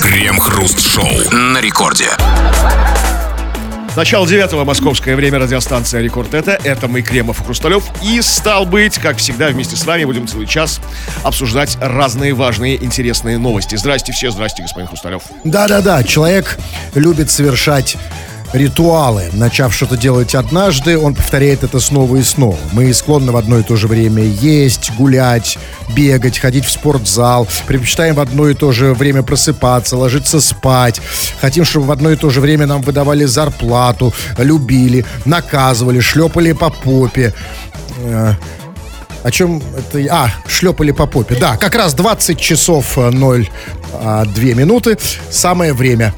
Крем-хруст-шоу на рекорде. Начало 9-го, московское время, радиостанция «Рекорд». Это мы, Кремов и Хрусталев. И, стал быть, как всегда, вместе с вами будем целый час обсуждать разные важные, интересные новости. Здрасте все, здрасте, господин Хрусталев. Да-да-да, человек любит совершать ритуалы. Начав что-то делать однажды, он повторяет это снова и снова. Мы склонны в одно и то же время есть, гулять, бегать, ходить в спортзал. Предпочитаем в одно и то же время просыпаться, ложиться спать. Хотим, чтобы в одно и то же время нам выдавали зарплату, любили, наказывали, шлепали по попе. О чем это? Шлепали по попе. Да, как раз 20 часов 02 минуты. Самое время.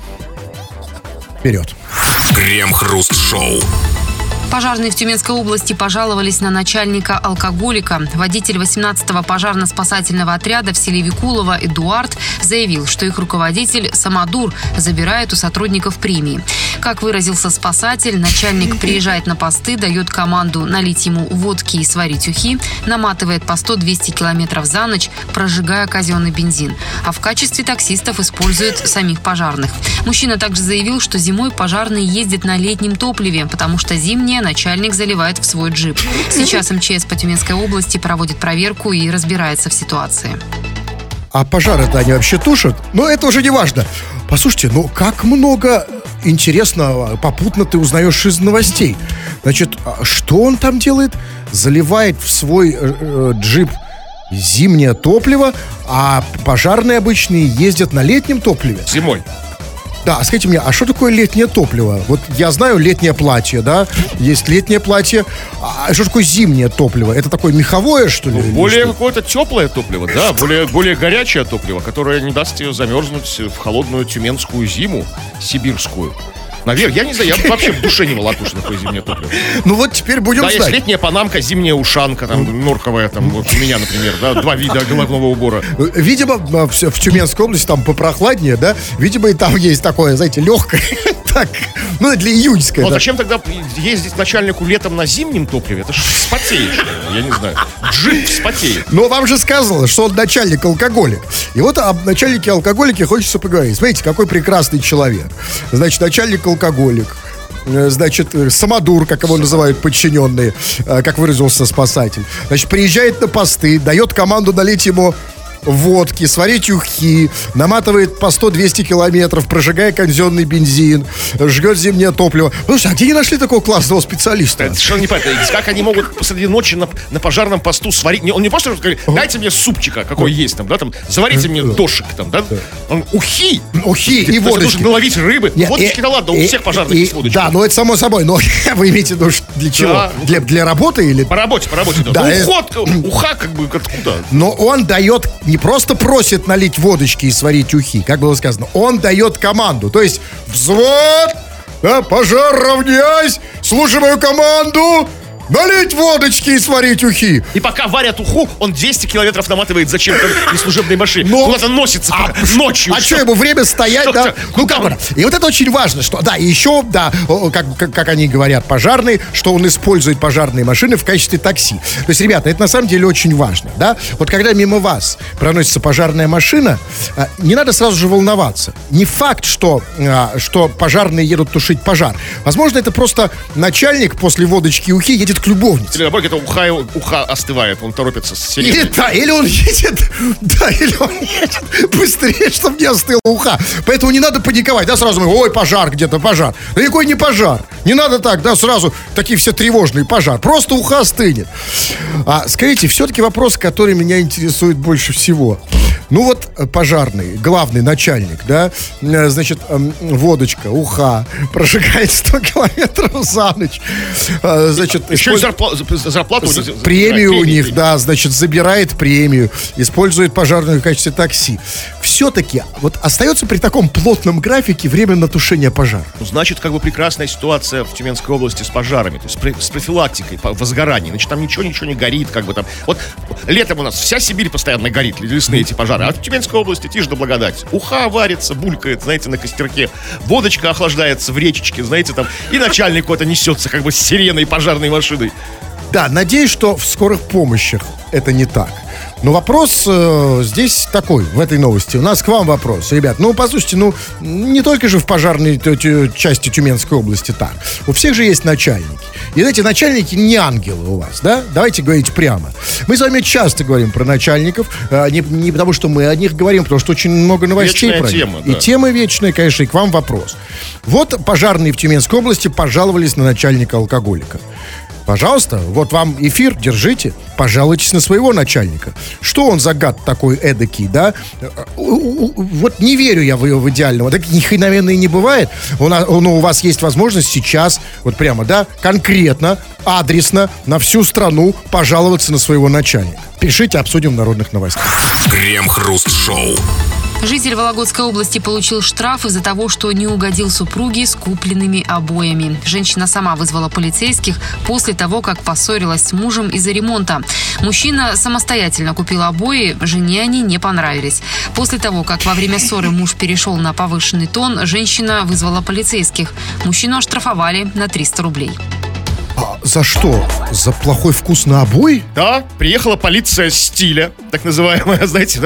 Вперед. Крем-хруст-шоу. Пожарные в Тюменской области пожаловались на начальника-алкоголика. Водитель 18-го пожарно-спасательного отряда в селе Викулово Эдуард заявил, что их руководитель самодур забирает у сотрудников премии. Как выразился спасатель, начальник приезжает на посты, дает команду налить ему водки и сварить ухи, наматывает по 100-200 километров за ночь, прожигая казенный бензин. А в качестве таксистов использует самих пожарных. Мужчина также заявил, что зимой пожарные ездят на летнем топливе, потому что зимнее начальник заливает в свой джип. Сейчас МЧС по Тюменской области проводит проверку и разбирается в ситуации. А пожары-то они вообще тушат? Но это уже не важно. Послушайте, как много интересного попутно ты узнаешь из новостей. Значит, что он там делает? Заливает в свой джип зимнее топливо, а пожарные обычные ездят на летнем топливе. Зимой. Да, скажите мне, а что такое летнее топливо? Вот я знаю летнее платье, да? Есть летнее платье. А что такое зимнее топливо? Это такое меховое, что ли? Более какое-то теплое топливо, да. Более горячее топливо, которое не даст тебе замерзнуть в холодную тюменскую зиму, сибирскую. Наверное, я не знаю, я вообще в душе не молоту, что такое зимнее топливо. Ну вот теперь будем знать. Да, есть летняя панамка, зимняя ушанка, там, норковая, там, вот у меня, например, да, 2 вида головного убора. Видимо, в Тюменской области там попрохладнее, да, видимо, и там есть такое, знаете, легкое, так, для июньское. Но зачем тогда ездить начальнику летом на зимнем топливе? Это ж вспотеешь, я не знаю, джип вспотеет. Но вам же сказано, что он начальник-алкоголик. И вот об начальнике-алкоголике хочется поговорить. Смотрите, какой прекрасный человек. Значит, начальник-алкоголик. Значит, самодур, как его называют подчиненные, как выразился спасатель. Значит, приезжает на посты, дает команду налить ему водки, сварить ухи, наматывает по 100-200 километров, прожигая казенный бензин, жгет зимнее топливо. Слушай, а где не нашли такого классного специалиста? Это совершенно непонятно. Как они могут посреди ночи на пожарном посту сварить? Он не просто говорит, дайте мне супчика, какой есть там, да, там, заварите мне дошик там, да? Он ухи и водочки. Нужно наловить рыбы. Водочки-то ладно, у всех пожарных есть водочки. Да, это само собой, но вы имеете в виду для чего? Для работы или? По работе, да. Уха как бы откуда? Но он дает, не просто просит налить водочки и сварить ухи, как было сказано, он дает команду. То есть взвод, пожар, равняйсь, слушай мою команду, налить водочки и сварить ухи. И пока варят уху, он 200 километров наматывает зачем-то на служебной машине. Куда-то носится ночью. А что, ему время стоять, да? И вот это очень важно, что, да, и еще, да, как они говорят, пожарные, что он использует пожарные машины в качестве такси. То есть, ребята, это на самом деле очень важно, да? Вот когда мимо вас проносится пожарная машина, не надо сразу же волноваться. Не факт, что пожарные едут тушить пожар. Возможно, это просто начальник после водочки и ухи едет к любовнице. Или наоборот, это уха остывает, он торопится с сиреной. Или он едет быстрее, чтобы не остыла уха. Поэтому не надо паниковать, да, сразу, ой, пожар где-то, пожар. Да никакой не пожар. Не надо так, да, сразу такие все тревожные, пожар. Просто уха остынет. Скажите, все-таки вопрос, который меня интересует больше всего. Ну вот пожарный, главный начальник, да, значит, водочка, уха, прожигает 100 километров за ночь. Значит, еще зарплату премию у них, да, значит, забирает премию, использует пожарную в качестве такси. Все-таки вот остается при таком плотном графике время на тушение пожара. Значит, как бы прекрасная ситуация в Тюменской области с пожарами, то есть с профилактикой возгораний. Значит, там ничего не горит, как бы там. Вот летом у нас вся Сибирь постоянно горит, лесные эти пожары. А в Тюменской области тишь да благодать. Уха варится, булькает, знаете, на костерке. Водочка охлаждается в речечке, знаете, там. И начальник куда-то несется, как бы с сиреной пожарной машиной. Да, надеюсь, что в скорых помощях это не так. Но вопрос здесь такой, в этой новости. У нас к вам вопрос. Ребят, послушайте, не только же в пожарной части Тюменской области так. У всех же есть начальники. И эти начальники не ангелы у вас, да? Давайте говорить прямо. Мы с вами часто говорим про начальников. Не потому, что мы о них говорим, потому что очень много новостей Вечная про них. тема, да. И тема вечная, конечно, и к вам вопрос. Вот пожарные в Тюменской области пожаловались на начальника алкоголика. Пожалуйста, вот вам эфир, держите, пожалуйтесь на своего начальника. Что он за гад такой эдакий, да? Вот не верю я в идеального. Так ни хрена, наверное, и не бывает. У вас есть возможность сейчас, вот прямо, да, конкретно, адресно, на всю страну пожаловаться на своего начальника. Пишите, обсудим в народных новостях. Крем-хруст-шоу. Житель Вологодской области получил штраф из-за того, что не угодил супруге с купленными обоями. Женщина сама вызвала полицейских после того, как поссорилась с мужем из-за ремонта. Мужчина самостоятельно купил обои, жене они не понравились. После того, как во время ссоры муж перешел на повышенный тон, женщина вызвала полицейских. Мужчину оштрафовали на 300 рублей. За что? За плохой вкус на обои? Да, приехала полиция стиля, так называемая, знаете,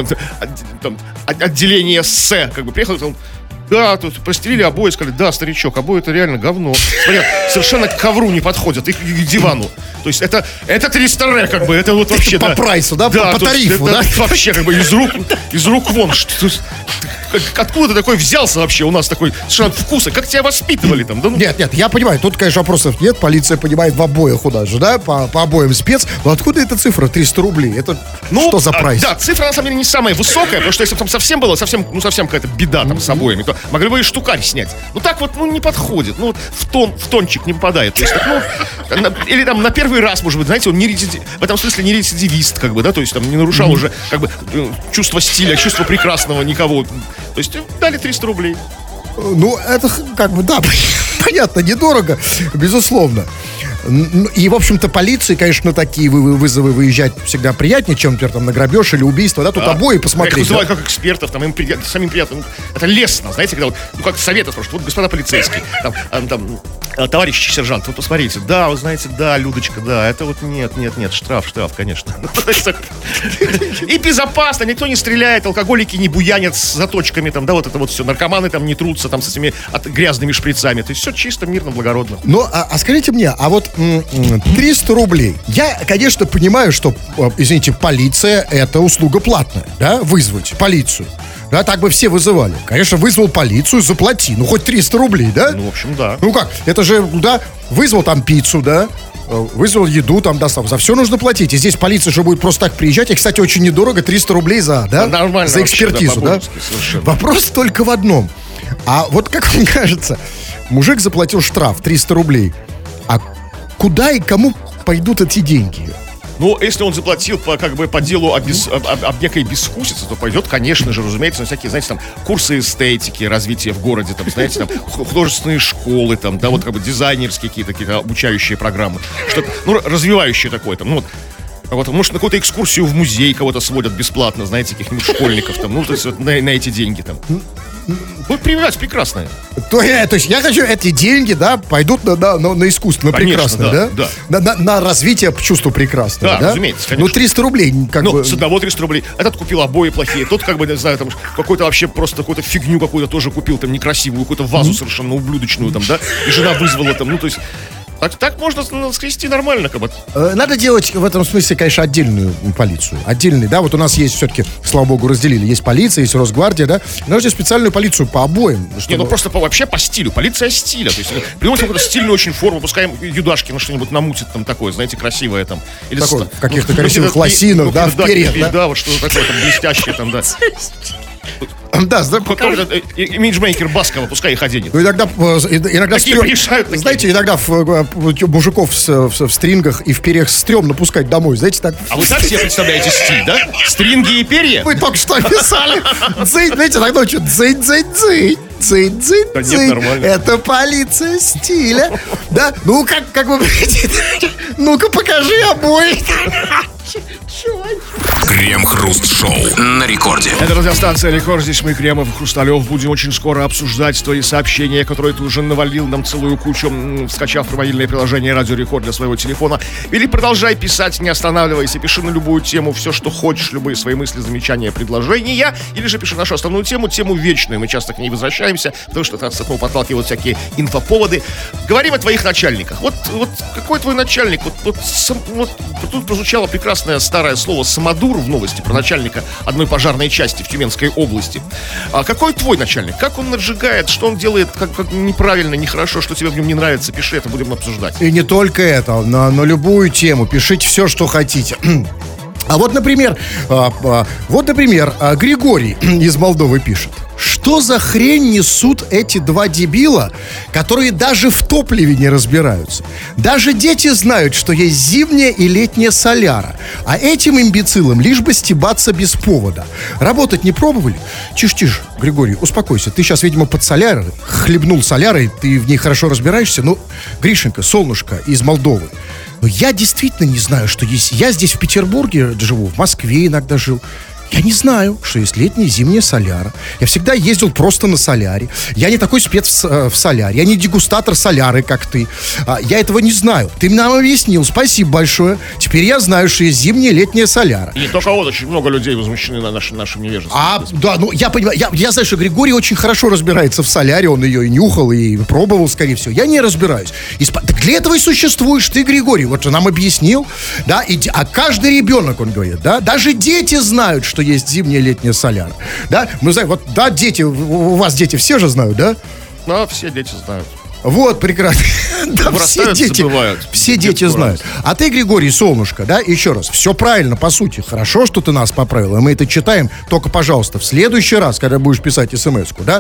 отделение С, как бы приехала, там, да, тут постелили обои, сказали, да, старичок, обои это реально говно. Смотри, совершенно к ковру не подходят, и к дивану. То есть это 300 рублей, как бы, это вот вообще, по прайсу, да, по тарифу, да? Вообще, как бы, из рук вон. Откуда ты такой взялся вообще у нас такой совершенно вкуса? Как тебя воспитывали там? Да, Нет, я понимаю, тут, конечно, вопросов нет. Полиция понимает в обоях у нас же, да, по обоим спец. Но откуда эта цифра 300 рублей? Это что за прайс? Да, цифра на самом деле не самая высокая, потому что если бы там совсем было, совсем какая-то беда там с обоями, то могли бы и штукарь снять. Так вот, не подходит. В тончик не попадает. То есть, или там на первый раз, может быть, знаете, он в этом смысле не рецидивист, как бы, да, то есть там не нарушал уже, как бы, чувство стиля, чувство прекрасного никого. То есть дали 300 рублей. Это как бы, да, понятно, недорого, безусловно. И, в общем-то, полиции, конечно, на такие вызовы выезжать всегда приятнее, чем, например, там, на грабеж или убийство, да, тут обои посмотреть. Их вызывают как экспертов, там, им самим приятно. Это лестно, знаете, когда как советы спрашивают, вот, господа полицейские, товарищ сержант, вот посмотрите, да, вы знаете, да, Людочка, да, это вот нет, штраф, конечно. И безопасно, никто не стреляет, алкоголики не буянят с заточками, там, да, вот это вот все, наркоманы там не трутся там с этими грязными шприцами, то есть все чисто, мирно, благородно. А скажите мне, а вот 300 рублей, я, конечно, понимаю, что, извините, полиция это услуга платная, да, вызвать полицию. Да, так бы все вызывали. Конечно, вызвал полицию, заплати. Хоть 300 рублей, да? В общем, да. Как? Это же, да, вызвал там пиццу, да? Вызвал еду, там, да, за все нужно платить. И здесь полиция же будет просто так приезжать. И, кстати, очень недорого, 300 рублей за экспертизу, да? Вопрос только в одном. А вот как вам кажется, мужик заплатил штраф 300 рублей. А куда и кому пойдут эти деньги? Если он заплатил по делу об некой безвкусице, то пойдет, конечно же, разумеется, на всякие, знаете, там, курсы эстетики, развития в городе, там, знаете, там, художественные школы, там, да, вот как бы дизайнерские какие-то обучающие программы, что-то, развивающее такое, там, может, на какую-то экскурсию в музей кого-то сводят бесплатно, знаете, каких-нибудь школьников, там, то есть вот на эти деньги, там. Будет прививать прекрасное. То есть я хочу, эти деньги, да, пойдут на искусство, на прекрасное, да? На развитие чувства прекрасного, да? Разумеется, конечно. 300 рублей, с одного 300 рублей. Этот купил обои плохие, тот, как бы, не знаю, там, какой-то вообще просто какую-то фигню какую-то тоже купил, там, некрасивую, какую-то вазу совершенно ублюдочную, там, да? И жена вызвала, там, то есть... Так можно скрести нормально, как бы. Надо делать в этом смысле, конечно, отдельную полицию. Отдельный, да, вот у нас есть все-таки, слава богу, разделили. Есть полиция, есть Росгвардия, да. Нужно специальную полицию по обоим. Чтобы... просто вообще по стилю. Полиция стиля. То есть придумайте какую-то стильную очень форму, пускай Юдашки на что-нибудь намутит там такое, знаете, красивое там. Или в каких-то красивых лосинах, да, в перьях, да, вот что-то такое там блестящее там, да. Да, имиджмейкер Баскова, пускай их оденет. Иногда знаете, иногда мужиков в стрингах и в перьях стрёмно пускать домой, знаете, так. А вы так себе представляете стиль, да? Стринги и перья? Вы только что описали. Знаете, иногда что дзынь-дзынь-дзынь. Дзынь-дзынь-дзынь. Да нет, нормально. Это полиция стиля. Да, как вы... Ну-ка, покажи обои. Крем-хруст-шоу на рекорде. Это радиостанция «Рекорд». Здесь мы, Кремов и Хрусталев, будем очень скоро обсуждать твои сообщения, которые ты уже навалил нам целую кучу, скачав мобильное приложение «Радио Рекорд» для своего телефона. Или продолжай писать, не останавливайся, пиши на любую тему, все, что хочешь, любые свои мысли, замечания, предложения. Или же пиши нашу основную тему вечную. Мы часто к ней возвращаемся, потому что нас снова подталкивают всякие инфоповоды. Говорим о твоих начальниках. Вот какой твой начальник? Тут прозвучало прекрасное старое слово «самодур» в новости про начальника одной пожарной части в Тюменской области. А какой твой начальник? Как он наджигает? Что он делает как неправильно, нехорошо? Что тебе в нем не нравится? Пиши, это будем обсуждать. И не только это, на любую тему. Пишите все, что хотите. А вот, например, Григорий из Молдовы пишет. Что за хрень несут эти два дебила, которые даже в топливе не разбираются? Даже дети знают, что есть зимняя и летняя соляра. А этим имбецилам лишь бы стебаться без повода. Работать не пробовали? Тише, Григорий, успокойся. Ты сейчас, видимо, под солярой, хлебнул солярой, ты в ней хорошо разбираешься. Ну, Гришенька, солнышко из Молдовы. Но я действительно не знаю, что есть. Я здесь в Петербурге живу, в Москве иногда жил. Я не знаю, что есть летняя и зимняя соляра. Я всегда ездил просто на соляре. Я не такой спец в соляре. Я не дегустатор соляры, как ты. Я этого не знаю. Ты нам объяснил. Спасибо большое. Теперь я знаю, что есть зимняя и летняя соляра. И не только вот, очень много людей возмущены на нашим невежеством. Да, ну я понимаю. Я знаю, что Григорий очень хорошо разбирается в соляре. Он ее и нюхал, и пробовал, скорее всего. Я не разбираюсь. Так для этого и существуешь ты, Григорий. Вот он нам объяснил. Да, а каждый ребенок, он говорит, да, даже дети знают, что есть зимняя и летняя соляра. Да, мы знаем, вот, да, дети, у вас дети все же знают, да? Да, все дети знают. Вот, прекрасно. Да, все дети знают. А ты, Григорий, солнышко, да, еще раз, все правильно, по сути. Хорошо, что ты нас поправил, и мы это читаем. Только, пожалуйста, в следующий раз, когда будешь писать смс-ку, да,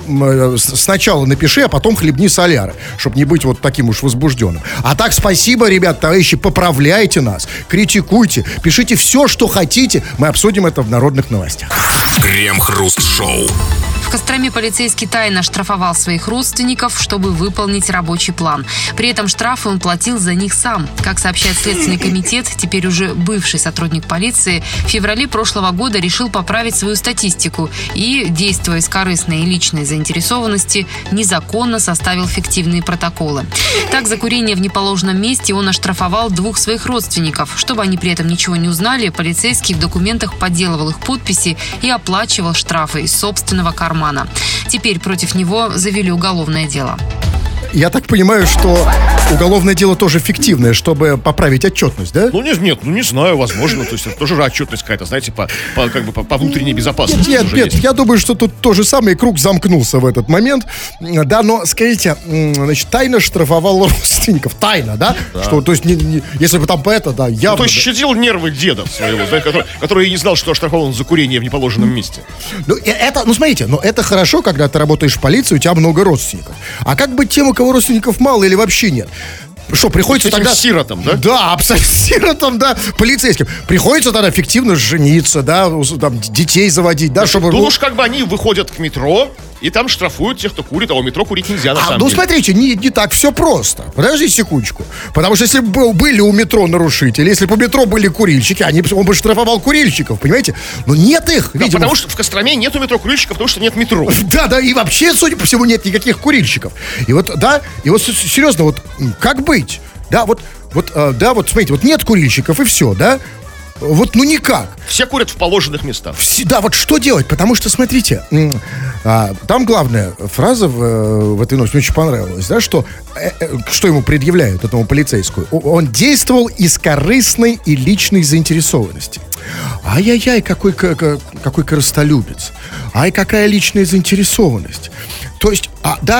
сначала напиши, а потом хлебни соляры, чтобы не быть вот таким уж возбужденным. А так, спасибо, ребят, товарищи, поправляйте нас, критикуйте, пишите все, что хотите. Мы обсудим это в народных новостях. Крем-хруст-шоу. В Костроме полицейский тайно штрафовал своих родственников, чтобы выполнить рабочий план. При этом штрафы он платил за них сам. Как сообщает Следственный комитет, теперь уже бывший сотрудник полиции, в феврале прошлого года решил поправить свою статистику и, действуя из корыстной и личной заинтересованности, незаконно составил фиктивные протоколы. Так, за курение в неположенном месте он оштрафовал двух своих родственников. Чтобы они при этом ничего не узнали, полицейский в документах подделывал их подписи и оплачивал штрафы из собственного кармана. Теперь против него завели уголовное дело. Я так понимаю, что уголовное дело тоже фиктивное, чтобы поправить отчетность, да? Ну, нет, не знаю, возможно. То есть это тоже отчетность какая-то, знаете, по внутренней безопасности. Нет, я думаю, что тут то же самое, круг замкнулся в этот момент. Да, но, скажите, значит, тайно штрафовал родственников. Тайно, да? Да. Что, то есть, если бы там это, да, явно... То есть щадил нервы деда своего, который и не знал, что оштрафован за курение в неположенном месте. Смотрите, это хорошо, когда ты работаешь в полиции, у тебя много родственников. А как быть тем, у кого родственников мало или вообще нет? Что, приходится тогда... сиротам, да? Да, абсолютно сиротам, да, полицейским. Приходится тогда фиктивно жениться, да, там, детей заводить, да, чтобы... Ну уж как бы они выходят к метро, и там штрафуют тех, кто курит, а у метро курить нельзя, на самом деле. Смотрите, не так все просто. Подождите секундочку. Потому что если бы были у метро нарушители, если бы у метро были курильщики, он бы штрафовал курильщиков, понимаете? Но нет их, да, видимо. потому что в Костроме нету метро курильщиков, потому что нет метро. Да, и вообще, судя по всему, нет никаких курильщиков. И вот серьезно, вот как быть? Да, вот, смотрите, вот нет курильщиков, и все, да? Вот, никак. Все курят в положенных местах. Да, вот что делать? Потому что, смотрите, там главная фраза в этой новости мне очень понравилась, да, что ему предъявляют, этому полицейскому. Он действовал из корыстной и личной заинтересованности. Ай-яй-яй, какой корыстолюбец. Ай, какая личная заинтересованность. То есть,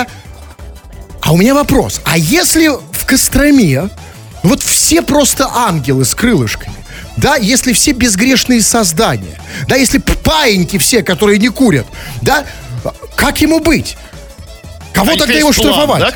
у меня вопрос. А если в Костроме вот все просто ангелы с крылышками, да, если все безгрешные создания, да, если паиньки все, которые не курят, да, как ему быть? Кого тогда его штрафовать?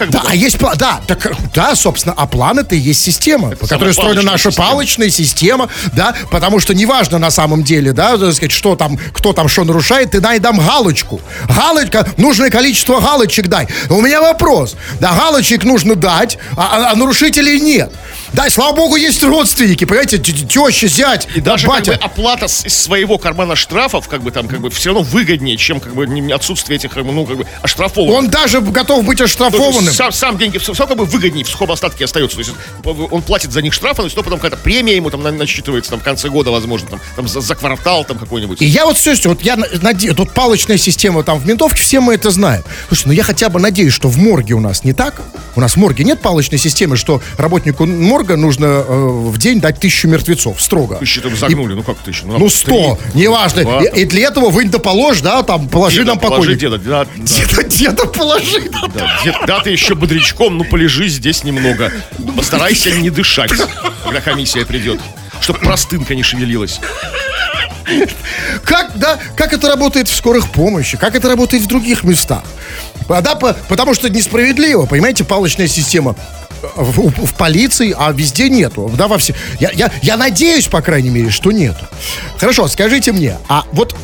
Собственно, а план это и есть система, по которой устроена наша палочная система, да, потому что неважно на самом деле, да, так сказать, что там, кто там что нарушает, ты дай дам галочку. Галочка, нужное количество галочек дай. У меня вопрос, да, галочек нужно дать, а нарушителей нет. Да, слава богу, есть родственники, понимаете, теща, зять, И даже как батя. бы оплата из своего кармана штрафов, как бы там, как бы все равно выгоднее, чем как бы отсутствие этих, ну, как бы оштрафованных. Он даже готов быть оштрафованным. Сам деньги, все как бы выгоднее в сухом остатке остается. То есть он платит за них штрафы, но потом какая-то премия ему там насчитывается там в конце года, возможно, там за квартал там какой-нибудь. И я вот все, вот я надеюсь, тут палочная система там в ментовке, все мы это знаем. Слушай, ну я хотя бы надеюсь, что в морге у нас не так. У нас в морге нет палочной системы, что работнику морга нужно в день дать 1000 мертвецов, строго. 1000 там загнули, ну как 1000? Ну 100, 3, неважно. 2, И для этого вынь да положь, да, там, положи нам покойник. Деда положи. Да, ты еще бодрячком, ну полежи здесь немного. Постарайся не дышать, когда комиссия придет, чтобы простынка не шевелилась. Как это работает в скорых помощи? Как это работает в других местах? Потому что несправедливо, понимаете, палочная система в полиции, а везде нету. Да, во все. Я надеюсь, по крайней мере, что нету. Хорошо, скажите мне, а вот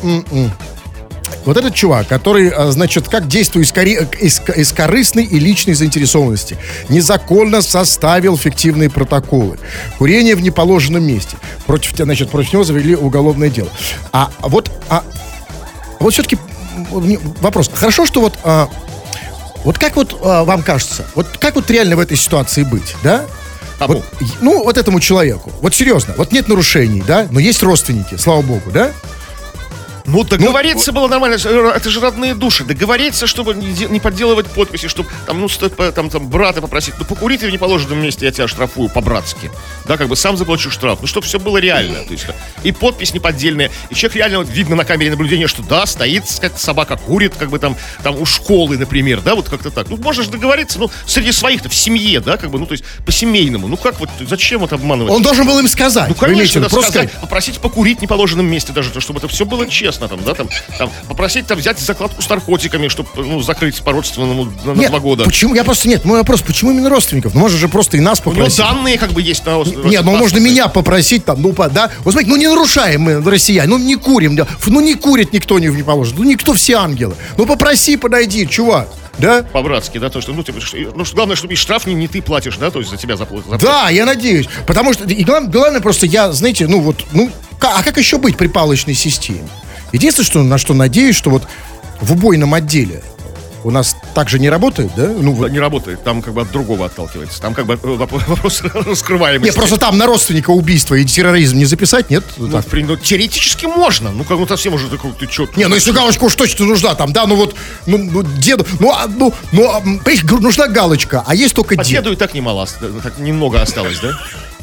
этот чувак, который, значит, как действует из корыстной и личной заинтересованности, незаконно составил фиктивные протоколы, курение в неположенном месте, против него завели уголовное дело. Вот все-таки вопрос. Хорошо, что вот как вот вам кажется, вот как вот реально в этой ситуации быть, да? Вот этому человеку. Вот серьезно, вот нет нарушений, да, но есть родственники, слава богу, да? Ну, договориться было нормально, это же родные души. Договориться, чтобы не подделывать подписи, чтобы там брата попросить, ну, покури ты в неположенном месте, я тебя штрафую по-братски. Да, как бы сам заплачу штраф. Ну, чтобы все было реально. То есть, и подпись не поддельная, и человек реально вот, видно на камере наблюдения, что да, стоит, как собака курит, как бы там у школы, например, да, вот как-то так. Ну, можно же договориться, ну, среди своих-то, в семье, да, как бы, ну, то есть, по-семейному. Ну, как вот, зачем вот обманывать? Он должен был им сказать. Ну, конечно, да, сказать, попросить покурить в неположенном месте даже, чтобы это все было честно. Там попросить взять закладку с наркотиками, чтобы закрыть по-родственному на 2 года. Почему? Мой вопрос, почему именно родственников? Ну, можно же просто и нас попросить. У него данные как бы есть на родственников. Нет, ну можно меня попросить там, да. Вот смотрите, не нарушаем мы, россияне, не курим, да. Не курит никто не положит, никто, все ангелы. Попроси, подойди, чувак. Да? По-братски, да, то, что, главное, чтобы и штраф не ты платишь, да, то есть за тебя заплатят. Да, я надеюсь, потому что, и главное просто, знаете, а как еще быть при палочной системе? Единственное, на что надеюсь, что вот в убойном отделе у нас так же не работает, да? Не работает, там как бы от другого отталкивается. Там как бы вопрос раскрываемости. Нет, просто там на родственника убийства и терроризм не записать, нет? Теоретически можно. Совсем уже ты чё? Если галочка уж точно нужна, там, да, деду, понимаешь, нужна галочка, а есть только дед. Деду и так немало, так немного осталось, да?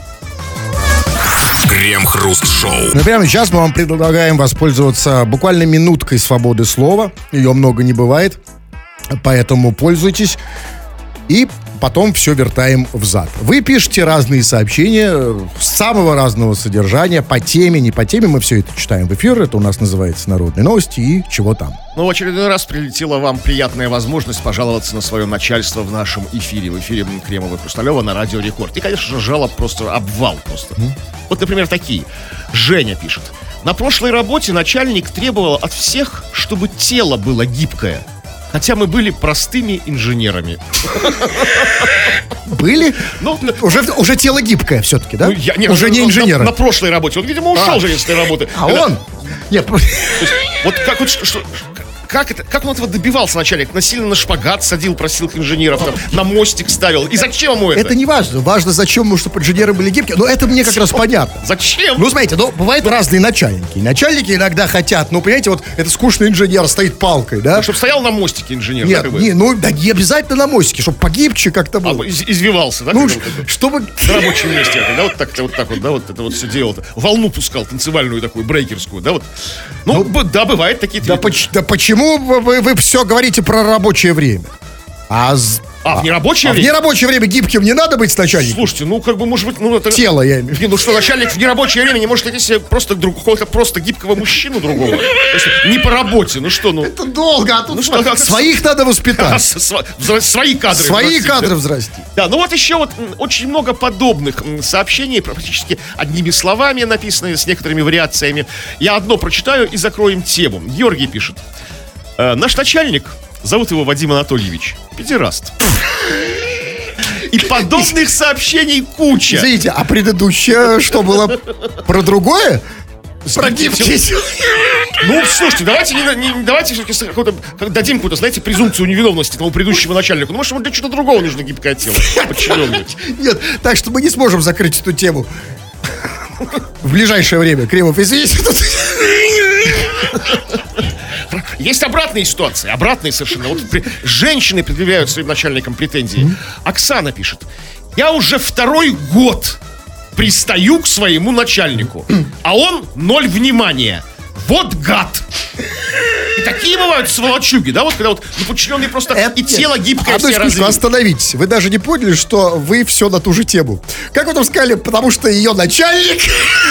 Крем-хруст-шоу. Прямо сейчас мы вам предлагаем воспользоваться буквально минуткой свободы слова. Ее много не бывает, поэтому пользуйтесь. И потом все вертаем взад. Вы пишете разные сообщения самого разного содержания, по теме, не по теме. Мы все это читаем в эфир. Это у нас называется «Народные новости» и чего там. В очередной раз прилетела вам приятная возможность пожаловаться на свое начальство в нашем эфире. В эфире Кремова и Хрусталева на Радио Рекорд. И, конечно же, жалоб просто обвал просто. Вот, например, такие. Женя пишет. На прошлой работе начальник требовал от всех, чтобы тело было гибкое. Хотя мы были простыми инженерами. Были? Уже тело гибкое все-таки, да? Уже не инженеры. На прошлой работе. Он, видимо, ушел же с этой работы. Он? Нет, вот как вот что... Как он этого добивался, начальник? Насильно на шпагат садил, просил инженеров, на мостик ставил. И зачем ему это? Это не важно. Важно, зачем, чтобы инженеры были гибкие. Но это мне как раз понятно. Зачем? Смотрите, бывают разные начальники. Начальники иногда хотят, понимаете, вот это скучный инженер стоит палкой, да? Чтобы стоял на мостике инженер. Нет, не обязательно на мостике, чтобы погибче как-то был. Извивался, да? Чтобы... На рабочем месте, да, вот так вот, да, вот это вот все делал. Волну пускал, танцевальную такую, брейкерскую, да, вот. Да, бывает такие... Да почему вы все говорите про рабочее время? В нерабочее время? В нерабочее время гибким не надо быть с начальником? Слушайте, может быть, это... Тело, я имею в виду. Что начальник в нерабочее время не может найти себе какого-то просто гибкого мужчину другого? Не по работе, Это долго, а тут своих надо воспитать. Свои кадры. Свои кадры взрастить. Да, еще очень много подобных сообщений, практически одними словами написанные, с некоторыми вариациями. Я одно прочитаю и закроем тему. Георгий пишет. Наш начальник, зовут его Вадим Анатольевич, педераст. И подобных сообщений куча. Извините, а предыдущее что было? Про другое? Про гибкость. Ну, слушайте, давайте все-таки дадим какую-то, знаете, презумпцию невиновности тому предыдущему начальнику. Ну, может, ему для чего-то другого нужно гибкое тело подчиненное. Нет, так что мы не сможем закрыть эту тему в ближайшее время. Кремов, извините. Есть обратные ситуации, обратные совершенно. Вот женщины предъявляют своим начальникам претензии. Оксана пишет: я уже 2-й год пристаю к своему начальнику, а он 0 внимания. Вот гад. И такие бывают сволочуги, да, вот когда вот подчиненные просто и тело гибкое все развили. Остановитесь, вы даже не поняли, что вы все на ту же тему. Как вы там сказали, потому что ее начальник...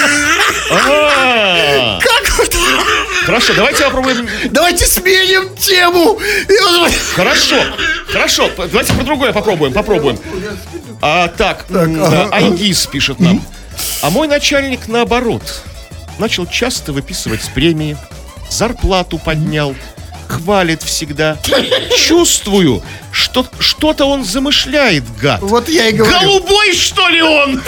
Как вот? Хорошо, давайте попробуем... Давайте сменим тему. Хорошо, давайте про другое попробуем. Так, Айгиз пишет нам: а мой начальник наоборот начал часто выписывать с премии, зарплату поднял, хвалит всегда. Чувствую, что что-то он замышляет, гад. Вот я и говорю. Голубой, что ли, он?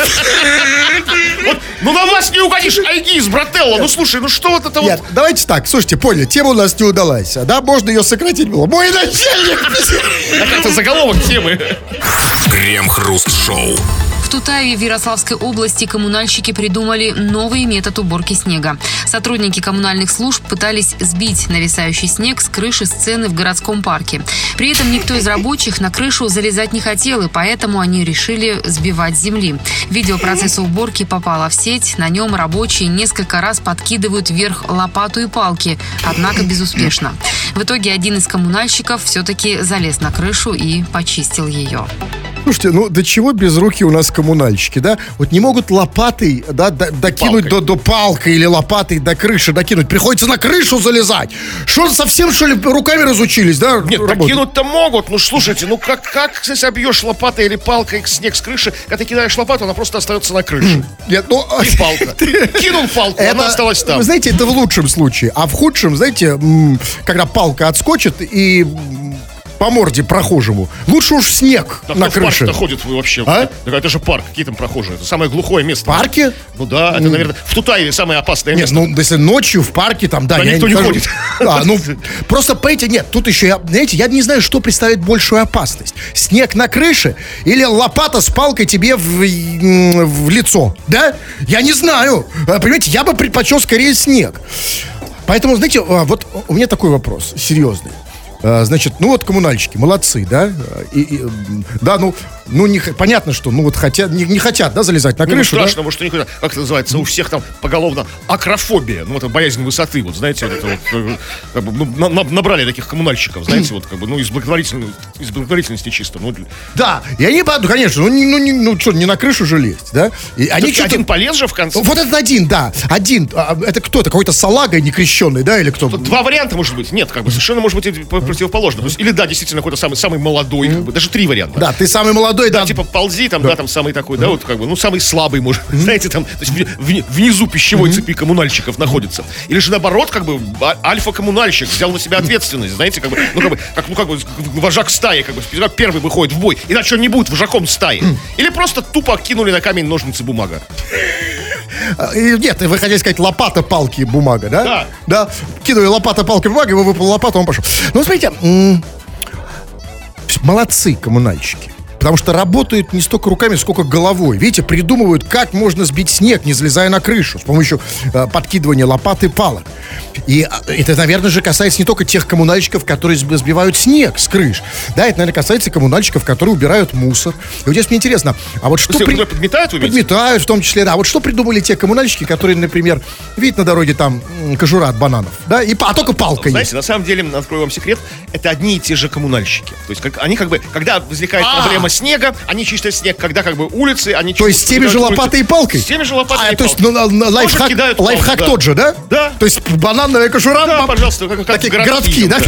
Ну на вас не угодишь, Айгиз, брателло. Ну слушай, ну что вот это вот? Нет, давайте так, слушайте, поняли, тема у нас не удалась. Да, можно ее сократить было. Мой начальник. Это заголовок темы. Крем-хруст-шоу. В Тутаеве в Ярославской области коммунальщики придумали новый метод уборки снега. Сотрудники коммунальных служб пытались сбить нависающий снег с крыши сцены в городском парке. При этом никто из рабочих на крышу залезать не хотел, и поэтому они решили сбивать с земли. Видео процесса уборки попало в сеть. На нем рабочие несколько раз подкидывают вверх лопату и палки, однако безуспешно. В итоге один из коммунальщиков все-таки залез на крышу и почистил ее. Слушайте, ну до чего без руки у нас коммунальщики, да? Вот не могут лопатой, да, докинуть до палкой или лопатой до крыши докинуть. Приходится на крышу залезать. Что, совсем, что ли, руками разучились, да? Нет, докинуть-то могут. Ну, слушайте, ну как если обьешь лопатой или палкой снег с крыши, когда ты кидаешь лопату, она просто остается на крыше. Нет, ну... И палка. Кинул палку, она осталась там. Вы знаете, это в лучшем случае. А в худшем, знаете, когда палка отскочит и... по морде прохожему. Лучше уж снег так на крыше. В парк-то ходит вообще. А? Это же парк, какие там прохожие? Это самое глухое место. В парке? Ну да, это, наверное, в Тутаеве самое опасное место. Нет, ну, если ночью в парке, там, да, никто не ходит. Ну, просто, понимаете, нет, тут еще, знаете, я не знаю, что представляет большую опасность. Снег на крыше или лопата с палкой тебе в лицо, да? Я не знаю. Понимаете, я бы предпочел скорее снег. Поэтому, знаете, вот у меня такой вопрос, серьезный. Значит, ну вот коммунальщики, молодцы, да? Да, понятно, что, ну вот хотят, не хотят, да, залезать на крышу, ну, страшно, может, у них, как это называется, у всех там поголовно акрофобия, ну, это боязнь высоты, вот, знаете, это вот, как бы, набрали таких коммунальщиков, знаете, вот, как бы, ну, из благотворительности чисто, ну. Да, и они, конечно, что, не на крышу же лезть, да? И они один полез же в конце. Вот этот один, да, один, это кто-то, какой-то салага некрещенный, да, или кто? Тут два варианта, может быть, нет, как бы, совершенно, может быть, противоположно, то есть, или, да, действительно, какой-то самый молодой, как бы, даже 3 варианта. Да, ты самый молодой, да. Типа ползи, там, да, там самый такой, да, вот как бы, ну, самый слабый, может, знаете, там, то есть внизу пищевой цепи коммунальщиков находится. Или же наоборот, как бы, альфа-коммунальщик взял на себя ответственность, знаете, как бы, вожак стаи, как бы, первый выходит в бой, иначе он не будет вожаком стаи. Или просто тупо кинули на камень ножницы бумага. Нет, вы хотели сказать лопата, палки, бумага, да? Да. Да, кинули лопата, палка, бумага, его выпала лопата, он пошел. Ну, смотрите, молодцы коммунальщики. Потому что работают не столько руками, сколько головой. Видите, придумывают, как можно сбить снег, не залезая на крышу, с помощью подкидывания лопат и палок. И это, наверное же, касается не только тех коммунальщиков, которые сбивают снег с крыш. Да, это, наверное, касается коммунальщиков, которые убирают мусор. И вот здесь мне интересно, а вот что... Подметают, вы видите? Подметают, в том числе, да. Вот что придумали те коммунальщики, которые, например, видят на дороге там кожура от бананов, да, а только палка есть. Знаете, на самом деле, открою вам секрет, это одни и те же коммунальщики. То есть, они как бы, когда возникает проблема снега, они чистят снег, когда как бы улицы, они... То есть с теми же лопатой и палкой? С теми же лопатой и палкой. То есть лайфхак да. Тот же, да? Да. То есть банановая кожура... Да, пожалуйста, как такие городки, да?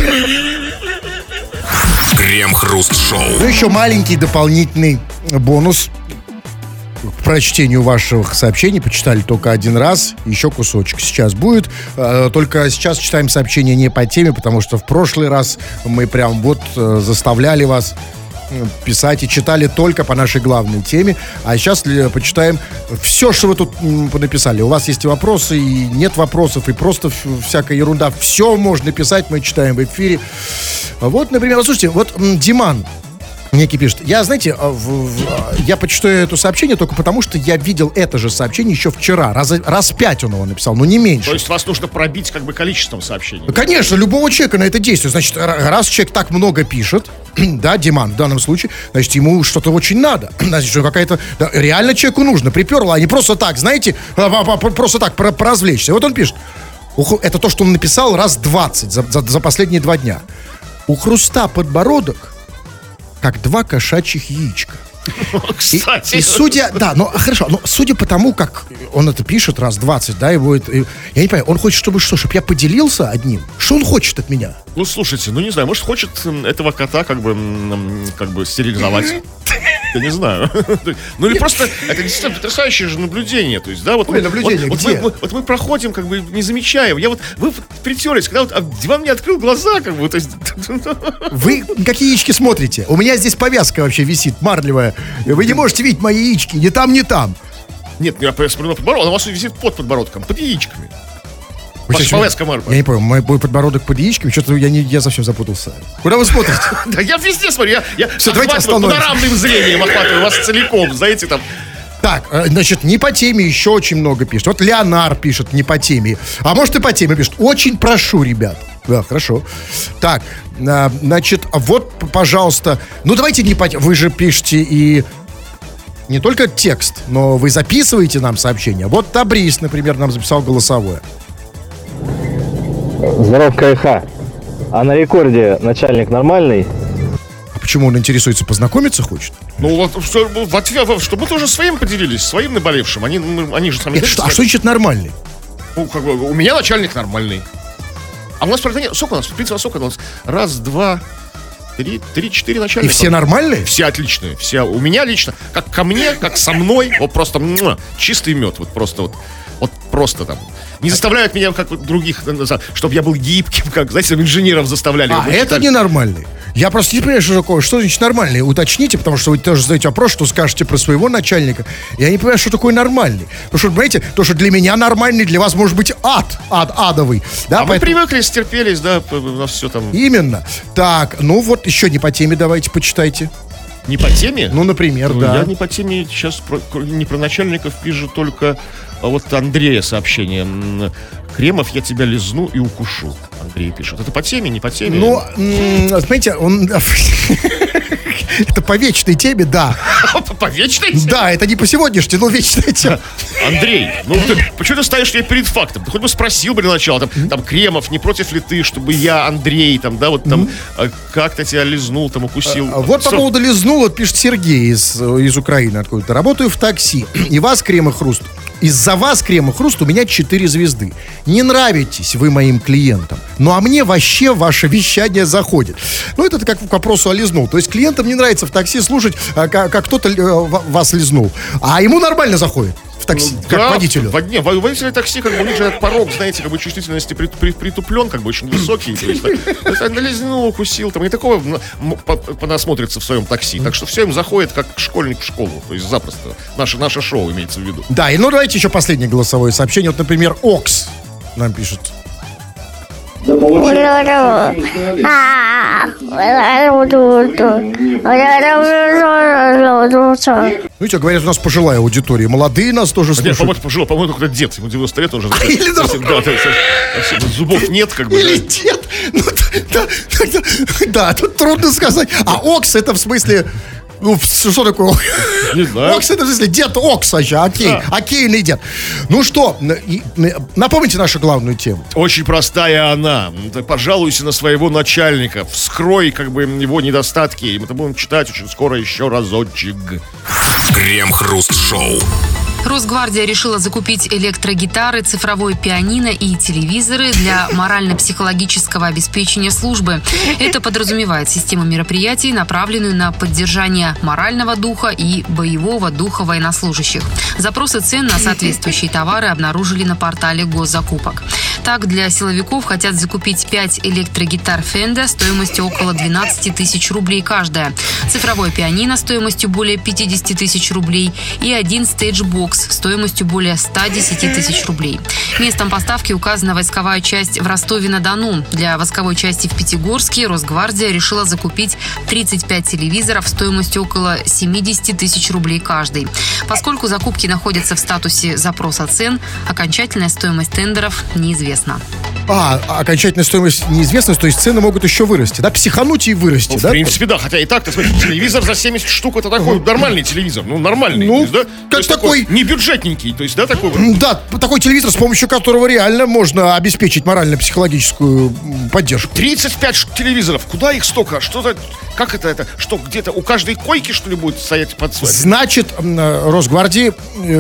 Крем-хруст-шоу. Ну, еще маленький дополнительный бонус к прочтению ваших сообщений. Почитали только один раз. Еще кусочек сейчас будет. Только сейчас читаем сообщения не по теме, потому что в прошлый раз мы прям вот заставляли вас писать и читали только по нашей главной теме. А сейчас почитаем все, что вы тут написали. У вас есть и вопросы, и нет вопросов, и просто всякая ерунда. Все можно писать, мы читаем в эфире. Вот, например, слушайте, вот Диман некий пишет. Я, знаете, я почитаю это сообщение только потому, что я видел это же сообщение еще вчера. Раз 5 он его написал, но не меньше. То есть вас нужно пробить как бы количеством сообщений? Конечно, любого человека на это действует. Значит, раз человек так много пишет, да, Диман в данном случае, значит, ему что-то очень надо. Значит, что какая-то... Да, реально человеку нужно, приперло, а не просто так, знаете, просто так поразвлечься. Вот он пишет. Это то, что он написал раз 20 за последние 2 дня. У Хруста подбородок как 2 кошачьих яичка. Кстати. И судя, да, ну хорошо, но судя по тому, как он это пишет раз 20, да, и будет, я не понимаю, он хочет, чтобы я поделился одним? Что он хочет от меня? Ну, слушайте, ну не знаю, может, хочет этого кота как бы стерилизовать. Я не знаю. Ну или просто, это действительно потрясающее же наблюдение. То есть, да, вот мы проходим, как бы не замечаем. Вы притерлись, когда Диван мне открыл глаза, как бы, то есть... Вы какие яички смотрите? У меня здесь повязка вообще висит, марлевая. Вы не можете видеть мои яички, ни там, ни там. Нет, я смотрю на подбородок, у вас висит под подбородком, под яичками. Я не понял, мой подбородок под яичками, что-то я совсем запутался. Куда вы смотрите? Да я везде смотрю, я все, давайте остановимся. Панорамным зрением охватываю вас целиком, знаете, там. Так, значит, не по теме еще очень много пишет. Вот Леонар пишет не по теме. А может и по теме пишет. Очень прошу, ребят. Да, хорошо. Так, значит, вот, пожалуйста. Ну, давайте не по теме. Вы же пишете и не только текст, но вы записываете нам сообщения. Вот Табрис, например, нам записал голосовое. Здоров, КХ. А на рекорде начальник нормальный? А почему он интересуется, познакомиться хочет? Ну, вот, в ответ, чтобы мы тоже своим поделились, своим наболевшим. Они же сами... А что значит нормальный? Ну, как бы, у меня начальник нормальный. А у нас, правда, нет. Сколько у нас? В принципе, сколько у нас? 1, 2, 3, 4 начальника. И все нормальные? Все отличные. Все. У меня лично, как ко мне, как со мной, вот просто чистый мед. Вот просто там. Не заставляют меня, как других, чтобы я был гибким, как, знаете, инженеров заставляли. А это ненормальный. Я просто не понимаю, что такое. Что значит нормальный? Уточните, потому что вы тоже задаете вопрос, что скажете про своего начальника. Я не понимаю, что такое нормальный. Потому что, понимаете, то, что для меня нормальный, для вас может быть адовый. Да, а мы привыкли, стерпелись, да, у нас все там... Именно. Так, ну вот еще не по теме давайте почитайте. Не по теме? Ну, например, да. Я не по теме, сейчас не про начальников вижу, только вот Андрея сообщение. Кремов, я тебя лизну и укушу. Андрей пишет. Это по теме, не по теме? Ну, знаете, он... Это по вечной теме, да. По вечной теме? Да, это не по сегодняшней, но вечная тема. Андрей, ну почему ты ставишь меня перед фактом? Ты хоть бы спросил бы для начала, там, Кремов, не против ли ты, чтобы я, Андрей, там, да, вот там, как-то тебя лизнул, там, укусил. Вот по поводу лизнул, вот пишет Сергей из Украины откуда-то. Работаю в такси, и вас, Крем и Хруст, из-за вас, Крем и Хруст, у меня 4 звезды. Не нравитесь вы моим клиентам. Ну, а мне вообще ваше вещание заходит. Ну, это как к вопросу о лизнул. То есть клиентам не нравится в такси слушать, как кто-то вас лизнул. А ему нормально заходит в такси, как да, водителю. Водители такси, как бы, у них же этот порог, знаете, как бы чувствительности притуплен, как бы очень высокий. То есть, лизнул, укусил, там, и такого понасмотрится в своем такси. Так что все им заходит, как школьник в школу. То есть запросто. Наше шоу имеется в виду. Да, и ну давайте еще последнее голосовое сообщение. Вот, например, Окс нам пишет. Ну, что, говорят, у нас пожилая аудитория. Молодые нас тоже слушают. Нет, по-моему, только дед. Ему 90 лет уже. Или зубов нет, как бы. Или дед. Да, тут трудно сказать. А Окс это в смысле... Ну, что такое? Не знаю. Окс, это в смысле дед Окс, окейный дед. Ну что, напомните нашу главную тему. Очень простая она. Пожалуйся на своего начальника. Вскрой, как бы, его недостатки. И мы это будем читать очень скоро еще разочек. Крем-хруст-шоу. Росгвардия решила закупить электрогитары, цифровое пианино и телевизоры для морально-психологического обеспечения службы. Это подразумевает систему мероприятий, направленную на поддержание морального духа и боевого духа военнослужащих. Запросы цен на соответствующие товары обнаружили на портале госзакупок. Так, для силовиков хотят закупить 5 электрогитар Fender стоимостью около 12 тысяч рублей каждая, цифровое пианино стоимостью более 50 тысяч рублей и один стейдж-бокс стоимостью более 110 тысяч рублей. Местом поставки указана войсковая часть в Ростове-на-Дону. Для восковой части в Пятигорске Росгвардия решила закупить 35 телевизоров стоимостью около 70 тысяч рублей каждый. Поскольку закупки находятся в статусе запроса цен, окончательная стоимость тендеров неизвестна. Окончательная стоимость неизвестна, то есть цены могут еще вырасти, да? Психануть и вырасти, да? В принципе, да. Хотя и так, смотри, телевизор за 70 штук, это такой нормальный телевизор. Ну, нормальный. Ну, то есть, да? как то есть такой... Не бюджетненький, то есть, да, такой вот. Да, такой телевизор, с помощью которого реально можно обеспечить морально-психологическую поддержку. 35 телевизоров. Куда их столько? Что за... Как это? Что, где-то у каждой койки, что ли, будет стоять под свадьбой? Значит, Росгвардии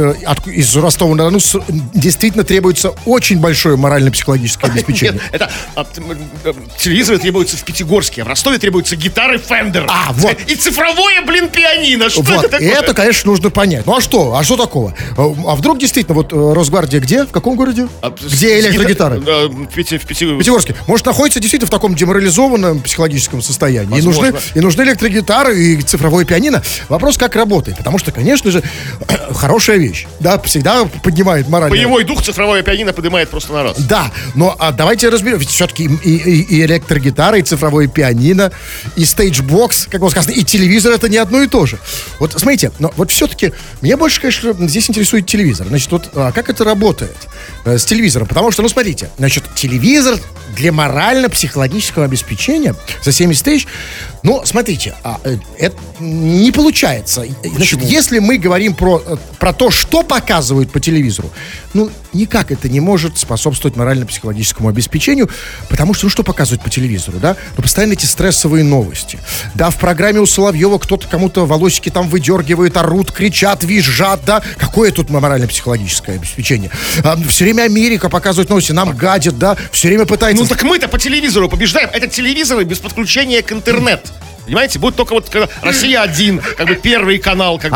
из Ростова-на-Дону действительно требуется очень большое морально-психологическое обеспечение. Нет, это телевизоры требуются в Пятигорске, в Ростове требуются гитары Fender. Вот. И цифровое, пианино. Что вот. это такое? Это, конечно, нужно понять. Ну, а что такого? А вдруг действительно, вот Росгвардия где? В каком городе? Где электрогитары? В Пятигорске. Может, находится действительно в таком деморализованном психологическом состоянии. И нужны электрогитары и цифровое пианино. Вопрос, как работает. Потому что, конечно же, хорошая вещь. Да, всегда поднимает морально. Боевой дух цифровое пианино поднимает просто на раз. Да, но давайте разберем. Ведь все-таки и электрогитара, и цифровое пианино, и стейдж-бокс, как было сказано, и телевизор — это не одно и то же. Вот смотрите, но вот все-таки меня больше, конечно, здесь интересует телевизор. Значит, вот как это работает с телевизором? Потому что, ну, смотрите, значит, телевизор для морально-психологического обеспечения за 70 тысяч, ну, смотрите, это не получается. Значит, если мы говорим про то, что показывают по телевизору, ну, никак это не может способствовать морально-психологическому обеспечению, потому что, ну, что показывают по телевизору, да? Ну, постоянно эти стрессовые новости. Да, в программе у Соловьева кто-то кому-то волосики там выдергивает, орут, кричат, визжат, да? Какое тут морально-психологическое обеспечение? Все время Америка показывает новости, нам гадят, да? Все время пытается... Ну, так мы-то по телевизору побеждаем. Это телевизоры без подключения к интернету. Понимаете, будет только вот Россия-1, как бы Первый канал, как бы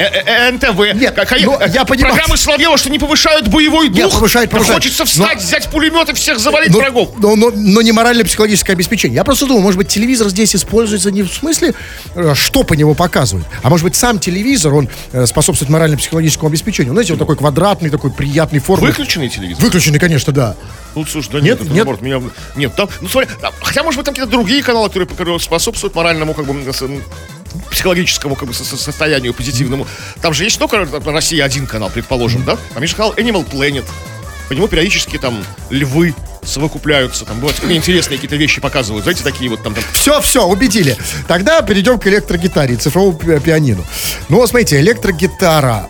НТВ. Нет, я понимаю. Программы Соловьева, что не повышают боевой дух. Нет, повышает. Хочется встать, взять пулемет и всех завалить врагов. Но не морально-психологическое обеспечение. Я просто думаю, может быть, телевизор здесь используется не в смысле, что по нему показывают, а может быть, сам телевизор, он способствует морально-психологическому обеспечению. Знаете, он такой квадратный, такой приятной формы. Выключенный телевизор? Выключенный, конечно, да. Ну, слушай, да нет, наоборот, меня... Нет, там, ну, смотри, хотя, может быть, там какие-то другие каналы, которые способствуют моральному, как бы, психологическому, как бы, состоянию позитивному. Там же есть только Россия-1 канал, предположим, да? Там есть канал Animal Planet. По нему периодически там львы совокупляются, там бывают интересные какие-то вещи показывают, знаете, такие вот там. Все, убедили. Тогда перейдем к электрогитаре, цифровому пианино. Ну, вот смотрите, электрогитара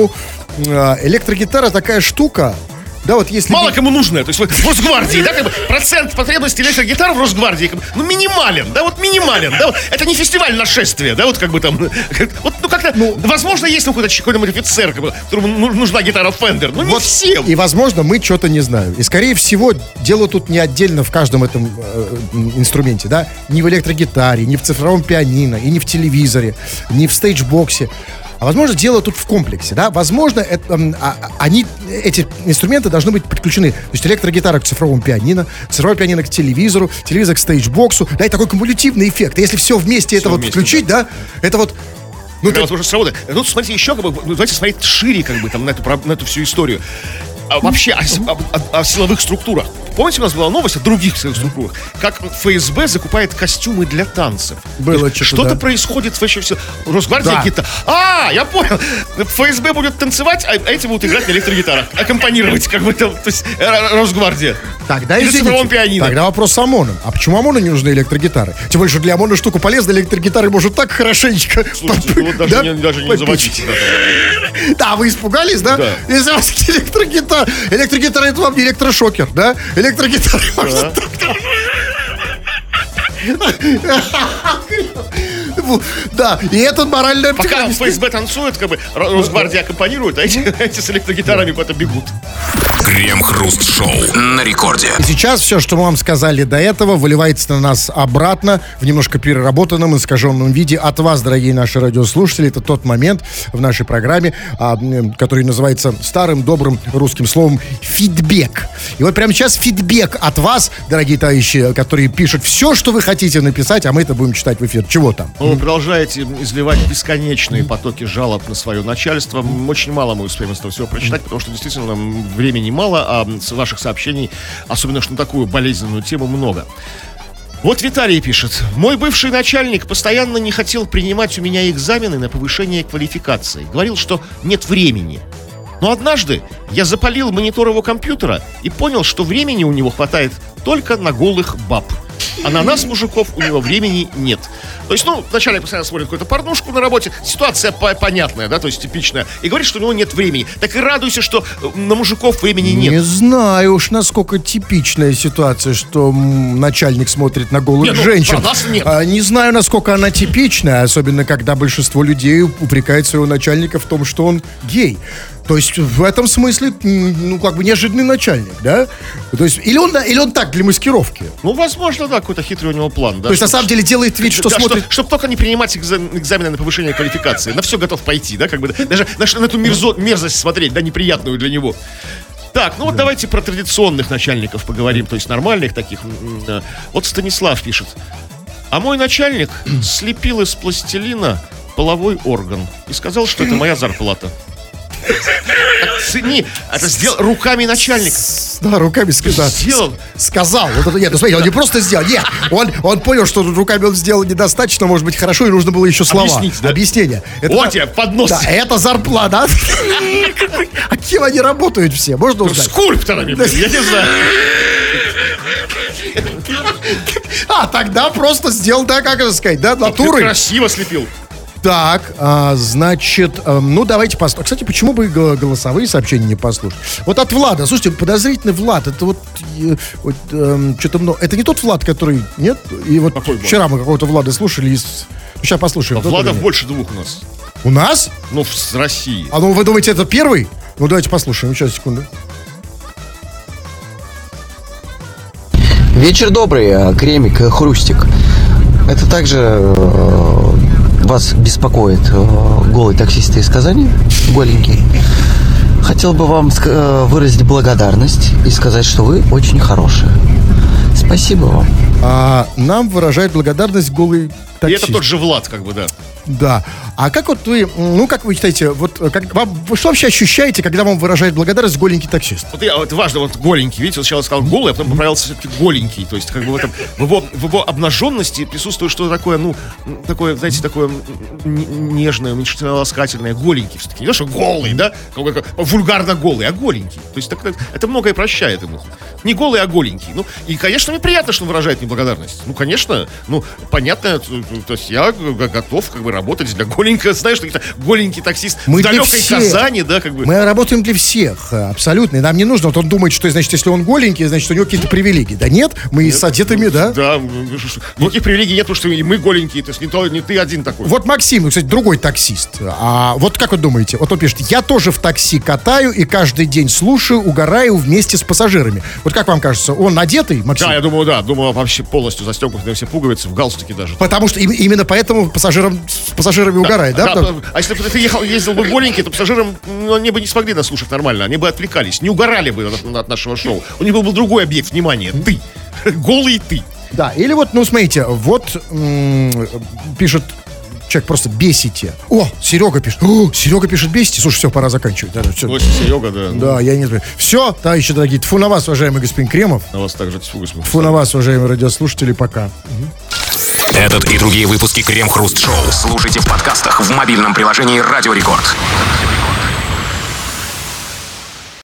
такая штука. Да, вот если... Мало кому нужно. То есть в Росгвардии, да, как бы процент потребности электрогитар в Росгвардии, как бы, ну, минимален, да, вот минимален, да, вот, это не фестиваль нашествия, да, вот как бы там, вот, ну, как-то, возможно, есть какой-нибудь офицер, как бы, которому нужна гитара Fender, но не всем. И, возможно, мы что-то не знаем. И, скорее всего, дело тут не отдельно в каждом этом инструменте, да, не в электрогитаре, не в цифровом пианино, и не в телевизоре, не в стейдж-боксе. А возможно, дело тут в комплексе, да? Возможно, эти инструменты должны быть подключены. То есть электрогитара к цифровому пианино, цифровое пианино к телевизору, телевизор к стейдж-боксу. Да, и такой кумулятивный эффект. И если все вместе это вот включить, да, это вот... Ну, это возможно сработает. Тут, смотрите, еще, как бы, давайте смотреть шире, как бы, там, на эту всю историю. Вообще о силовых структурах. Помните, у нас была новость о других силовых структурах? Как ФСБ закупает костюмы для танцев. Было что-то происходит вообще все. Росгвардия какие-то... Я понял. ФСБ будет танцевать, а эти будут играть на электрогитарах. Аккомпанировать, как бы там, то есть Росгвардия. Тогда, извините, тогда вопрос с ОМОНом. А почему ОМОНу не нужны электрогитары? Тем более, что для ОМОНа штука полезна, электрогитары может так хорошенечко... Слушайте, вот даже не заводите. Да, вы испугались, да? Да. Если у вас электрогитара... Электрогитара — это вам не электрошокер, да? Электрогитара можно так... Да, и это моральная Пока ФСБ танцует, как бы Росгвардия аккомпанирует, а эти с электрогитарами куда-то бегут. Крем-хруст-шоу на рекорде. И сейчас все, что мы вам сказали до этого, выливается на нас обратно в немножко переработанном, искаженном виде от вас, дорогие наши радиослушатели. Это тот момент в нашей программе, который называется старым добрым русским словом «фидбэк». И вот прямо сейчас фидбэк от вас, дорогие товарищи, которые пишут все, что вы хотите написать, а мы это будем читать в эфир. Чего там? Вы продолжаете изливать бесконечные потоки жалоб на свое начальство. Очень мало мы успеем из этого всего прочитать, потому что действительно времени мало, а ваших сообщений, особенно что на такую болезненную тему, много. Вот Виталий пишет. Мой бывший начальник постоянно не хотел принимать у меня экзамены на повышение квалификации. Говорил, что нет времени. Но однажды я запалил монитор его компьютера и понял, что времени у него хватает только на голых баб. А на нас, мужиков, у него времени нет. То есть, вначале постоянно смотрит какую-то порнушку на работе. Ситуация понятная, да, то есть типичная. И говорит, что у него нет времени. Так и радуйся, что на мужиков времени нет. Не знаю уж, насколько типичная ситуация, что начальник смотрит на голых женщин. Про нас нет. Не знаю, насколько она типичная, особенно когда большинство людей упрекает своего начальника в том, что он гей. То есть в этом смысле, неожиданный начальник, да? То есть или он так, для маскировки? Возможно, да, какой-то хитрый у него план. Да, то есть на самом деле делает вид, что смотрит... Чтобы только не принимать экзамены на повышение квалификации. На все готов пойти, да, как бы, даже на эту мерзость смотреть, да, неприятную для него. Так, давайте про традиционных начальников поговорим, то есть нормальных таких. Вот Станислав пишет. А мой начальник слепил из пластилина половой орган и сказал, что это моя зарплата. Оцени, это сделал руками начальника. Да, руками сказал. Сказал. Нет, смотрите, он не просто сделал. Нет, он понял, что руками он сделал недостаточно, может быть, хорошо, и нужно было еще слова. Объяснить, да? Объяснение. Вот тебе поднос. Да, это зарплата. А кем они работают все? Можно узнать? Скульпторами, я не знаю. Тогда просто сделал так, как это сказать, да, натурой. Красиво слепил. Так, значит, давайте послушаем. Кстати, почему бы голосовые сообщения не послушать? Вот от Влада, слушайте, подозрительный Влад, это что-то много. Это не тот Влад, который, нет? И вот вчера мы какого-то Влада слушали, сейчас послушаем. Владов больше двух у нас. У нас? С России. Вы думаете, это первый? Давайте послушаем, сейчас, секунду. Вечер добрый, Кремик, Хрустик. Это также вас беспокоит голый таксист из Казани, голенький. Хотел бы вам выразить благодарность и сказать, что вы очень хорошие. Спасибо вам. Нам выражает благодарность голый таксист. И это тот же Влад, как бы, да. Да. А как вот вы, как вы считаете, вы что вообще ощущаете, когда вам выражает благодарность голенький таксист? Вот важно, голенький, видите, сначала сказал голый, а потом поправился все-таки голенький. То есть, как бы в его обнаженности присутствует что-то такое, такое, знаете, такое нежное, уменьшительно ласкательное, голенький все-таки. Не то, что голый, да, вульгарно голый, а голенький. То есть, это многое прощает ему. Не голый, а голенький. И, конечно, мне приятно, что он выражает мне благодарность. Конечно, понятно, то есть я готов, как бы, работать для голенького, знаешь, голенький таксист в далекой Казани, да, как бы. Мы работаем для всех, абсолютно. И нам не нужно, он думает, что, значит, если он голенький, значит, у него какие-то привилегии. Да нет, мы с одетыми, да. Да, никаких привилегий нет, потому что и мы голенькие, то есть не ты один такой. Вот Максим, кстати, другой таксист. А вот как вы думаете, вот он пишет, я тоже в такси катаю и каждый день слушаю, угораю вместе с пассажирами. Вот как вам кажется, он одетый, Максим? Да, я думаю, вообще полностью застегнут на все пуговицы, в галстуке даже. Потому что именно поэтому с пассажирами угорает, да? А если бы ты ездил бы голенький, то пассажирам они бы не смогли нас слушать нормально, они бы отвлекались, не угорали бы от нашего шоу. У них был бы другой объект внимания, ты, голый ты. Да, или смотрите, пишет человек, просто бесите. Серега пишет. Серега пишет, бесите. Слушай, все, пора заканчивать. Серега, да. Да, я не знаю. Все, товарищи дорогие, тьфу на вас, уважаемый господин Кремов. На вас также тьфу, господин. Тьфу на вас, уважаемые радиослушатели, пока. Этот и другие выпуски Крем-хруст шоу слушайте в подкастах в мобильном приложении Радио Рекорд.